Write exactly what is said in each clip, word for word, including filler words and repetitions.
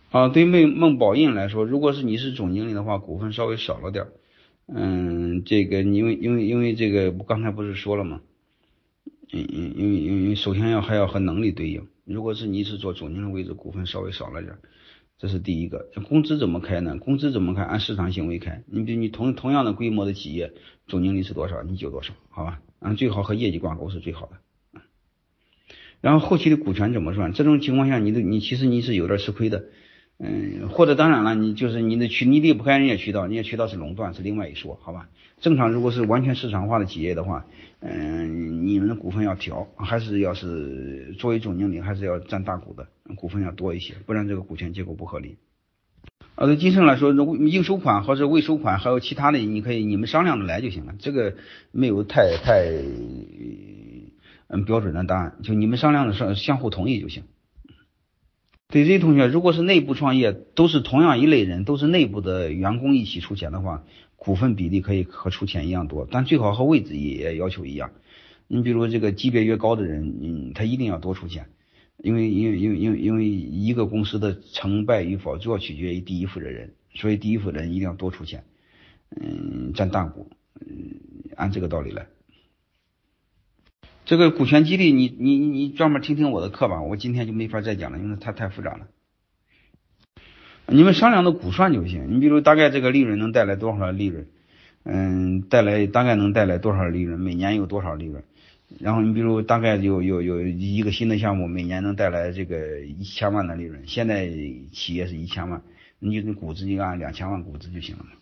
啊，对孟孟宝印来说，如果是你是总经理的话，股份稍微少了点儿。嗯，这个因为因为因为这个我刚才不是说了吗？嗯嗯，因为因为首先要还要和能力对应。如果是你是做总经理位置，股份稍微少了点儿，这是第一个。工资怎么开呢？工资怎么开？按市场行为开。你比如你同同样的规模的企业，总经理是多少，你就多少，好吧？嗯，最好和业绩挂钩是最好的。然后后期的股权怎么算？这种情况下，你的你其实你是有点吃亏的。嗯，或者当然了，你就是你的渠你离不开人家渠道，人家渠道是垄断是另外一说，好吧？正常如果是完全市场化的企业的话，嗯，你们的股份要调，还是要是作为总经理还是要占大股的，股份要多一些，不然这个股权结构不合理。呃，对金盛来说，应收款或者未收款还有其他的，你可以你们商量着来就行了，这个没有太太嗯标准的答案，就你们商量的相相互同意就行。对这些同学，如果是内部创业，都是同样一类人，都是内部的员工一起出钱的话，股份比例可以和出钱一样多，但最好和位置也要求一样。你比如这个级别越高的人，嗯，他一定要多出钱，因为因为因为因为因为一个公司的成败与否主要取决于第一负责人，所以第一负责人一定要多出钱，嗯，占大股，嗯，按这个道理来。这个股权激励你你你专门听听我的课吧，我今天就没法再讲了，因为它太复杂了。你们商量的估算就行，你比如大概这个利润能带来多少的利润，嗯，带来大概能带来多少利润，每年有多少利润，然后你比如大概有有有一个新的项目，每年能带来这个一千万的利润，现在企业是一千万，你就估值就按两千万估值就行了嘛。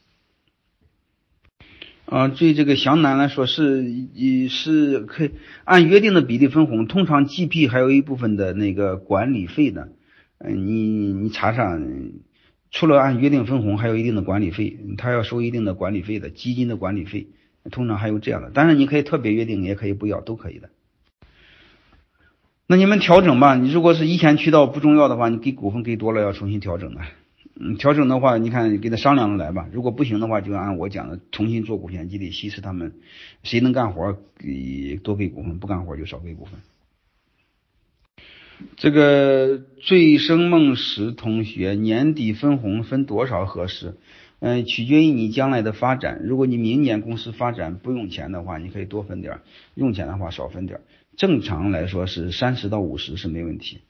啊，对这个详南来说是是可以按约定的比例分红，通常 G P 还有一部分的那个管理费的，嗯，你你查查，除了按约定分红，还有一定的管理费，他要收一定的管理费的，基金的管理费，通常还有这样的，当然你可以特别约定，也可以不要，都可以的。那你们调整吧，你如果是以前渠道不重要的话，你给股份给多了要重新调整的。嗯，调整的话，你看给他商量着来吧。如果不行的话，就按我讲的重新做股权激励，稀释他们，谁能干活给多给股份，不干活就少给股份。这个醉生梦石同学，年底分红分多少合适？嗯，取决于你将来的发展。如果你明年公司发展不用钱的话，你可以多分点；用钱的话少分点。正常来说是三十到五十是没问题。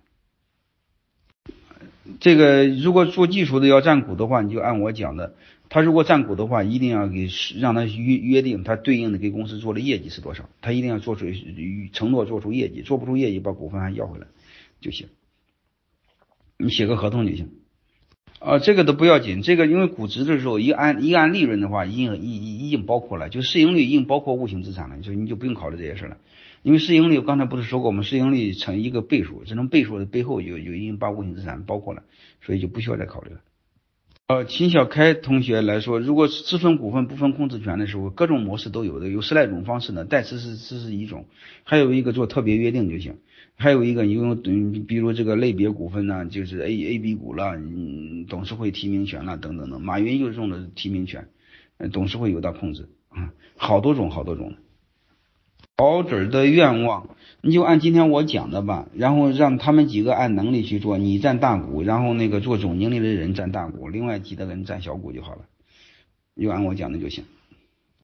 这个如果做技术的要占股的话，你就按我讲的，他如果占股的话，一定要给让他约约定他对应的给公司做的业绩是多少，他一定要做出承诺，做出业绩，做不出业绩把股份还要回来就行，你写个合同就行。啊，这个都不要紧，这个因为估值的时候一按一按利润的话，已经已已经包括了，就市盈率已经包括无形资产了，就你就不用考虑这些事了。因为市盈率我刚才不是说过，我们市盈率乘一个倍数，这种倍数的背后有有已经把无形资产包括了，所以就不需要再考虑了。呃，秦小开同学来说，如果是只分股份不分控制权的时候，各种模式都有的，有十来种方式呢，代持是只是一种，还有一个做特别约定就行，还有一个你用嗯，比如这个类别股份呢，就是 A A B 股了，嗯，董事会提名权了等等等，马云就是用的提名权，嗯，董事会有到控制啊，好多种好多种。保准的愿望，你就按今天我讲的吧，然后让他们几个按能力去做，你占大股，然后那个做总经理的人占大股，另外几个人占小股就好了，就按我讲的就行。